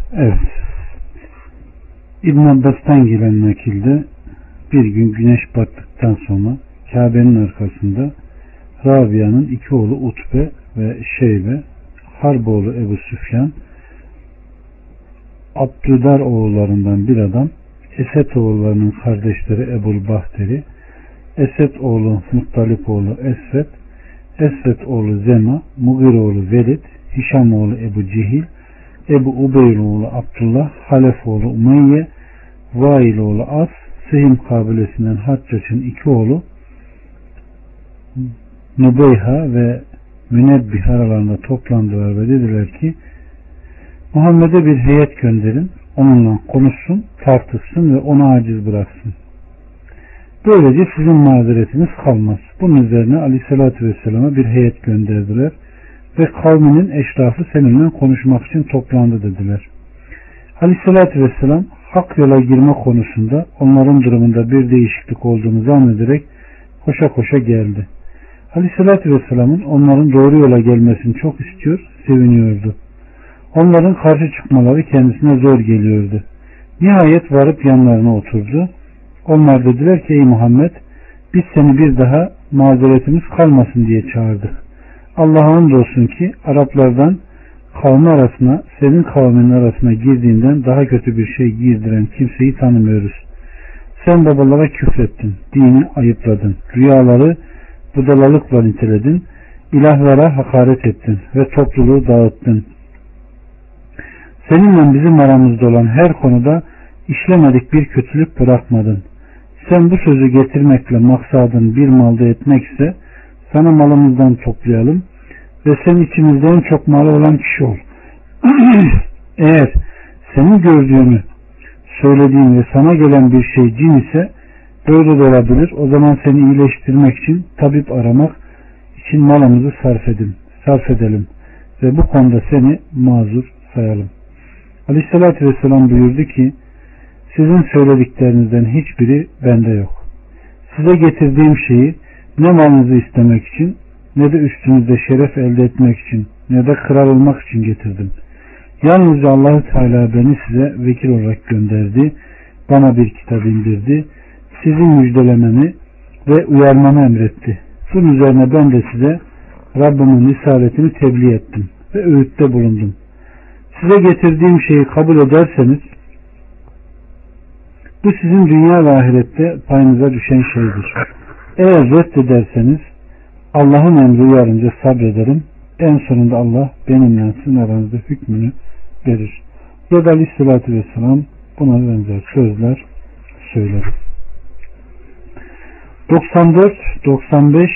Evet. İbn Abbas'tan gelen nakilde bir gün güneş battıktan sonra Kabe'nin arkasında Rabia'nın iki oğlu Utbe ve Şeybe, Harb oğlu Ebu Süfyan, Abdüdar oğullarından bir adam, Esed oğullarının kardeşleri Ebul Bahteri, Esed oğlu Muttalip oğlu Esved, Esved oğlu Zema, Mugir oğlu Velid, Hişam oğlu Ebu Cihil, Ebu Ubeyl oğlu Abdullah, Halef oğlu Umayye, Vail oğlu As, Sehim kabilesinden Haccac'ın iki oğlu Nubeyha ve Münebbih aralarında toplandılar ve dediler ki Muhammed'e bir heyet gönderin, onunla konuşsun, tartışsın ve onu aciz bıraksın. Böylece sizin mazeretiniz kalmaz. Bunun üzerine Aleyhisselatü Vesselam'a bir heyet gönderdiler ve kavminin eşrafı seninle konuşmak için toplandı dediler. Aleyhisselatü Vesselam hak yola girme konusunda onların durumunda bir değişiklik olduğunu zannederek koşa koşa geldi. Aleyhisselatü Vesselam'ın onların doğru yola gelmesini çok istiyor, seviniyordu. Onların karşı çıkmaları kendisine zor geliyordu. Nihayet varıp yanlarına oturdu. Onlar dediler ki ey Muhammed, biz seni bir daha mazeretimiz kalmasın diye çağırdık. Allah'a andolsun ki Araplardan kavmi arasına, senin kavminin arasına girdiğinden daha kötü bir şey girdiren kimseyi tanımıyoruz. Sen babalara küfrettin, dini ayıpladın, rüyaları budalalıkla niteledin, ilahlara hakaret ettin ve topluluğu dağıttın. Seninle bizim aramızda olan her konuda işlemedik bir kötülük bırakmadın. Sen bu sözü getirmekle maksadın bir malda etmekse sana malımızdan toplayalım ve sen içimizde en çok malı olan kişi ol. Eğer senin gördüğünü söylediğin ve sana gelen bir şey cin ise böyle de olabilir. O zaman seni iyileştirmek için tabip aramak için malımızı sarf edelim ve bu konuda seni mazur sayalım. Aleyhissalatü Vesselam buyurdu ki sizin söylediklerinizden hiçbiri bende yok. Size getirdiğim şeyi ne malınızı istemek için ne de üstünüzde şeref elde etmek için ne de kral olmak için getirdim. Yalnızca Allah-u Teala beni size vekil olarak gönderdi. Bana bir kitap indirdi. Sizin müjdelememi ve uyarmamı emretti. Bunun üzerine ben de size Rabbimin risaletini tebliğ ettim ve öğütte bulundum. Size getirdiğim şeyi kabul ederseniz bu sizin dünya ve ahirette payınıza düşen şeydir. Eğer reddederseniz Allah'ın emri uyarınca sabrederim. En sonunda Allah benimle sizin aranızda hükmünü verir. Ya da Aleyhisselatü Vesselam buna benzer sözler söyler. 94, 95,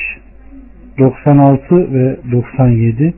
96 ve 97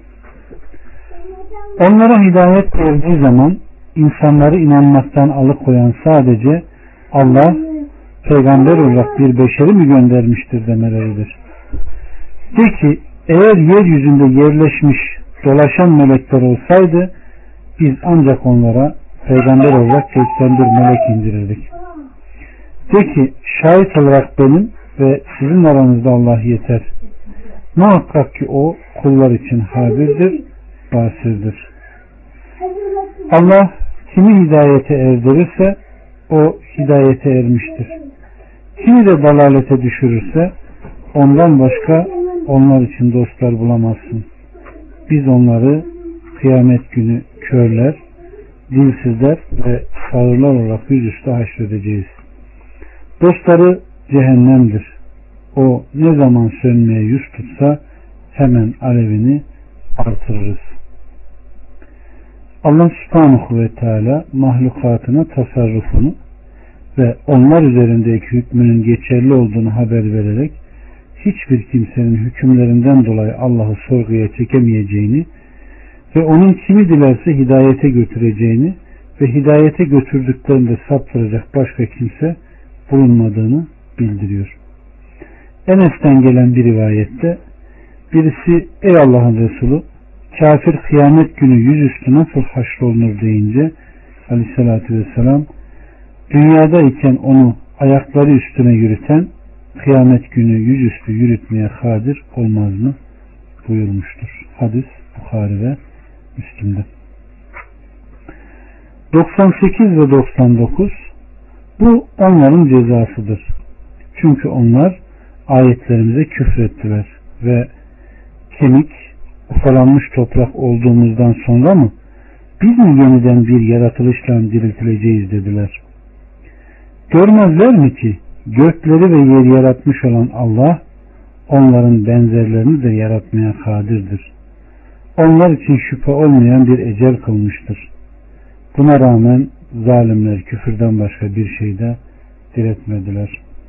Onlara hidayet verdiği zaman insanları inanmaktan alıkoyan sadece Allah peygamber olarak bir beşeri mi göndermiştir demeleridir. De ki eğer yeryüzünde yerleşmiş dolaşan melekler olsaydı biz ancak onlara peygamber olarak gökten bir melek indirirdik. De ki şahit olarak benim ve sizin aranızda Allah yeter. Muhakkak ki o kullar için habirdir, basirdir. Allah kimi hidayete erdirirse o hidayete ermiştir. Kimi de dalalete düşürürse ondan başka onlar için dostlar bulamazsın. Biz onları kıyamet günü körler, dilsizler ve sağırlar olarak yüzüstü haşredeceğiz. Dostları cehennemdir. O ne zaman sönmeye yüz tutsa hemen alevini artırırız. Allah Subhanahu ve Teala mahlukatına tasarrufunu ve onlar üzerindeki hükmünün geçerli olduğunu haber vererek hiçbir kimsenin hükümlerinden dolayı Allah'ı sorguya çekemeyeceğini ve onun kimi dilerse hidayete götüreceğini ve hidayete götürdüklerinde saptıracak başka kimse bulunmadığını bildiriyor. Enes'ten gelen bir rivayette birisi ey Allah'ın Resulü kafir kıyamet günü yüzüstü nasıl haşrolunur deyince Aleyhisselatü Vesselam dünyadayken onu ayakları üstüne yürüten kıyamet günü yüzüstü yürütmeye kadir olmaz mı buyurmuştur. Hadis Bukhari ve Müslim'de. 98 ve 99 bu onların cezasıdır. Çünkü onlar ayetlerimize küfrettiler ve kemik, ufalanmış toprak olduğumuzdan sonra mı biz mi yeniden bir yaratılışla diriltileceğiz dediler. Görmezler mi ki gökleri ve yeri yaratmış olan Allah onların benzerlerini de yaratmaya kadirdir. Onlar için şüphe olmayan bir ecel kılmıştır. Buna rağmen zalimler küfürden başka bir şey de diretmediler.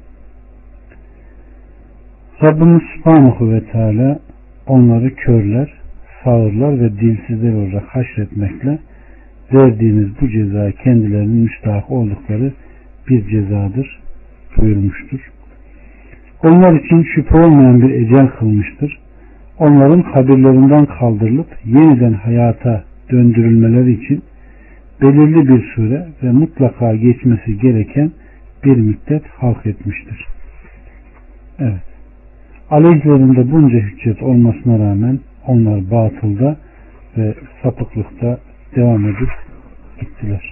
Rabbimiz Subhanahu ve Teala onları körler, sağırlar ve dilsizler olarak haşretmekle verdiğimiz bu ceza kendilerinin müstahak oldukları bir cezadır buyurmuştur. Onlar için şüphe olmayan bir ecel kılmıştır. Onların kabirlerinden kaldırılıp yeniden hayata döndürülmeleri için belirli bir süre ve mutlaka geçmesi gereken bir müddet halk etmiştir. Evet. Aleyhlerinde bunca hüccet olmasına rağmen onlar batılda ve sapıklıkta devam edip gittiler.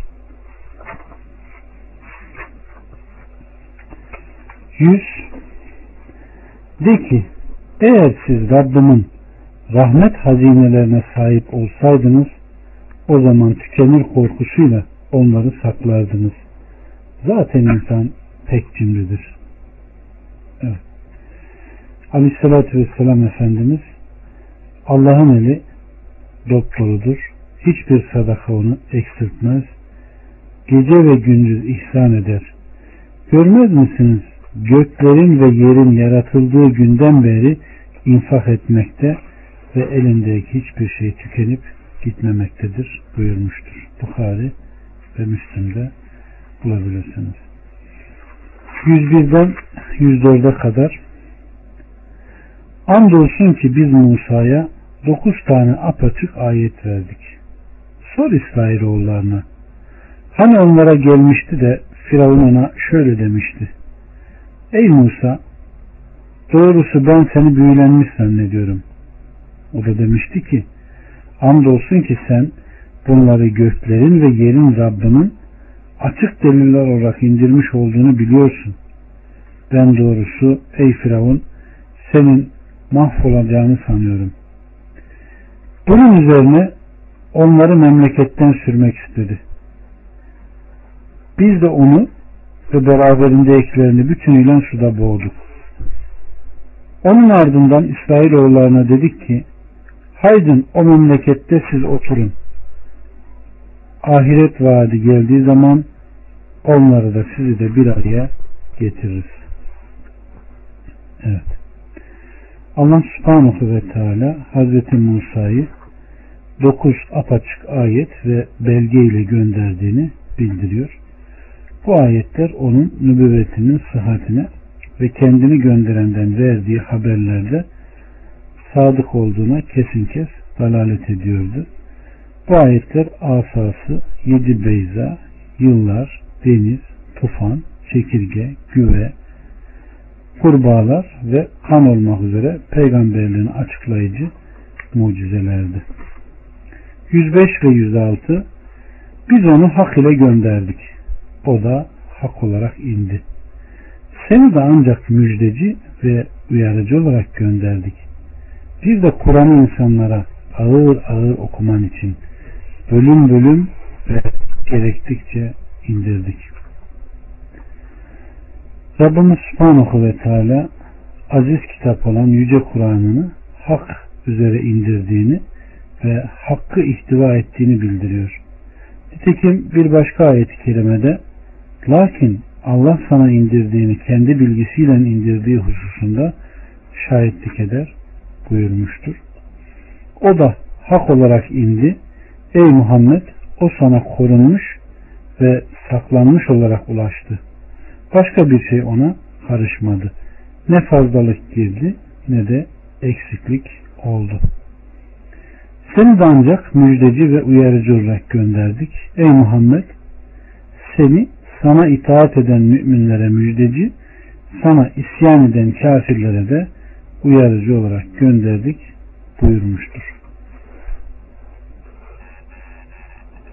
100. De ki, eğer siz Rabbimin rahmet hazinelerine sahip olsaydınız, o zaman tükenir korkusuyla onları saklardınız. Zaten insan pek cimridir. Evet. Aleyhissalatü vesselam Efendimiz, Allah'ın eli dopdoludur. Hiçbir sadaka onu eksiltmez. Gece ve gündüz ihsan eder. Görmez misiniz? Göklerin ve yerin yaratıldığı günden beri infak etmekte ve elindeki hiçbir şey tükenip gitmemektedir buyurmuştur. Bukhari ve Müslim'de bulabilirsiniz. 101'den 104'e kadar andolsun ki biz Musa'ya 9 tane apaçık ayet verdik. Sor İsrailoğullarına. Hani onlara gelmişti de Firavun ona şöyle demişti. Ey Musa, doğrusu ben seni büyülenmiş zannediyorum. O da demişti ki, andolsun ki sen bunları göklerin ve yerin Rabbinin açık deliller olarak indirmiş olduğunu biliyorsun. Ben doğrusu ey Firavun senin mahvolacağını sanıyorum. Bunun üzerine onları memleketten sürmek istedi. Biz de onu ve beraberindekilerini bütünüyle suda boğduk. Onun ardından İsrailoğullarına dedik ki, haydın o memlekette siz oturun. Ahiret vaadi geldiği zaman onları da sizi de bir araya getiririz. Evet. Allah Subhanahu ve Teala Hazreti Musa'yı 9 apaçık ayet ve belge ile gönderdiğini bildiriyor. Bu ayetler onun nübüvvetinin sıhhatine ve kendini gönderenden verdiği haberlerde sadık olduğuna kesin kes dalalet ediyordu. Bu ayetler asası, 7 beyza, yıllar, deniz, tufan, çekirge, güve, kurbağalar ve kan olmak üzere peygamberliğini açıklayıcı mucizelerdi. 105 ve 106 biz onu hak ile gönderdik. O da hak olarak indi. Seni de ancak müjdeci ve uyarıcı olarak gönderdik. Bir de Kur'an'ı insanlara ağır ağır okuman için bölüm bölüm ve gerektikçe indirdik. Rabbimiz Subhanahu ve Teala aziz kitap olan Yüce Kur'an'ını hak üzere indirdiğini ve hakkı ihtiva ettiğini bildiriyor. Nitekim bir başka ayet-i kerimede lakin Allah sana indirdiğini kendi bilgisiyle indirdiği hususunda şahitlik eder buyurmuştur. O da hak olarak indi. Ey Muhammed, o sana korunmuş ve saklanmış olarak ulaştı. Başka bir şey ona karışmadı. Ne fazlalık girdi ne de eksiklik oldu. Seni de ancak müjdeci ve uyarıcı olarak gönderdik. Ey Muhammed, seni sana itaat eden müminlere müjdeci, sana isyan eden kafirlere de uyarıcı olarak gönderdik buyurmuştur.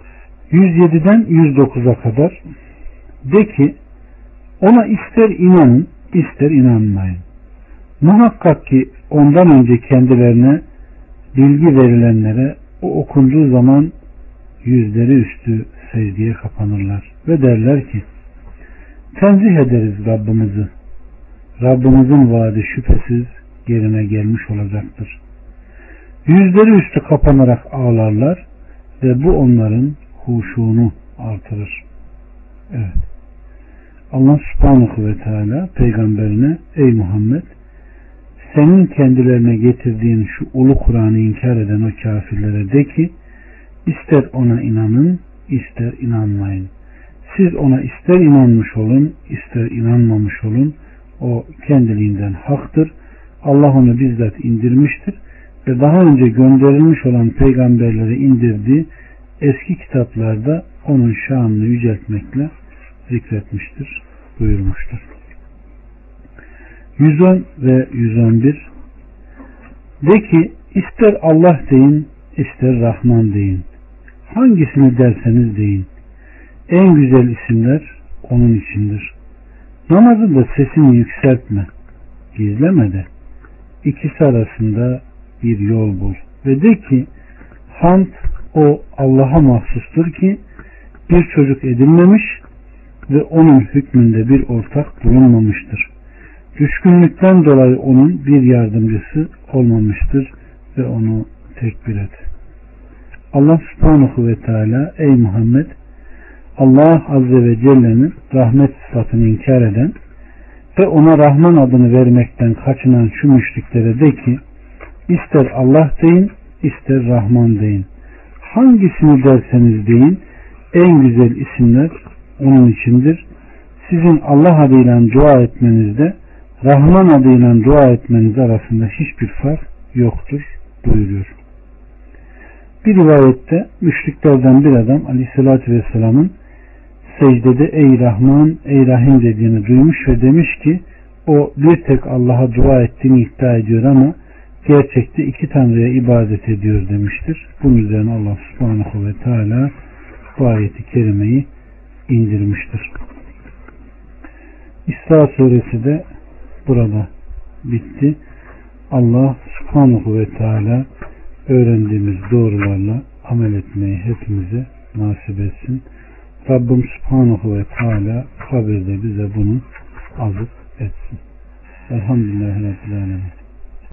107'den 109'a kadar de ki ona ister inanın ister inanmayın. Muhakkak ki ondan önce kendilerine bilgi verilenlere o okunduğu zaman yüzleri üstü secdeye kapanırlar ve derler ki tenzih ederiz Rabbimizi. Rabbimizin vaadi şüphesiz yerine gelmiş olacaktır. Yüzleri üstü kapanarak ağlarlar ve bu onların huşunu artırır. Evet. Allah subhanahu ve teala peygamberine ey Muhammed senin kendilerine getirdiğin şu ulu Kur'an'ı inkar eden o kafirlere de ki ister ona inanın ister inanmayın. Siz ona ister inanmış olun ister inanmamış olun. O kendiliğinden haktır. Allah onu bizzat indirmiştir ve daha önce gönderilmiş olan peygamberlere indirdiği eski kitaplarda onun şanını yüceltmekle zikretmiştir, buyurmuştur. 110 ve 111 de ki ister Allah deyin ister Rahman deyin. Hangisini derseniz deyin. En güzel isimler onun içindir. Namazında sesini yükseltme, gizleme de. İkisi arasında bir yol bul. Ve de ki hamd o Allah'a mahsustur ki bir çocuk edinmemiş ve onun hükmünde bir ortak bulunmamıştır. Düşkünlükten dolayı onun bir yardımcısı olmamıştır ve onu tekbir et. Allah subhanahu ve teala ey Muhammed Allah azze ve celle'nin rahmet sıfatını inkar eden ve ona Rahman adını vermekten kaçınan şu müşriklere de ki ister Allah deyin ister Rahman deyin. Hangisini derseniz deyin en güzel isimler onun içindir. Sizin Allah adıyla dua etmenizde Rahman adıyla dua etmeniz arasında hiçbir fark yoktur buyuruyor. Bir rivayette müşriklerden bir adam Aleyhisselatü Vesselam'ın secdede ey Rahman ey Rahim dediğini duymuş ve demiş ki o bir tek Allah'a dua ettiğini iddia ediyor ama gerçekte iki tanrıya ibadet ediyor demiştir. Bunun üzerine Allah subhanahu ve teala bu ayeti kerimeyi indirmiştir. İsra suresi de burada bitti. Allah subhanahu ve teala öğrendiğimiz doğrularla amel etmeyi hepimize nasip etsin. Rabbim subhanahu ve teala kabirde bize bunu azık etsin. Elhamdülillahi Rabbil Alemin.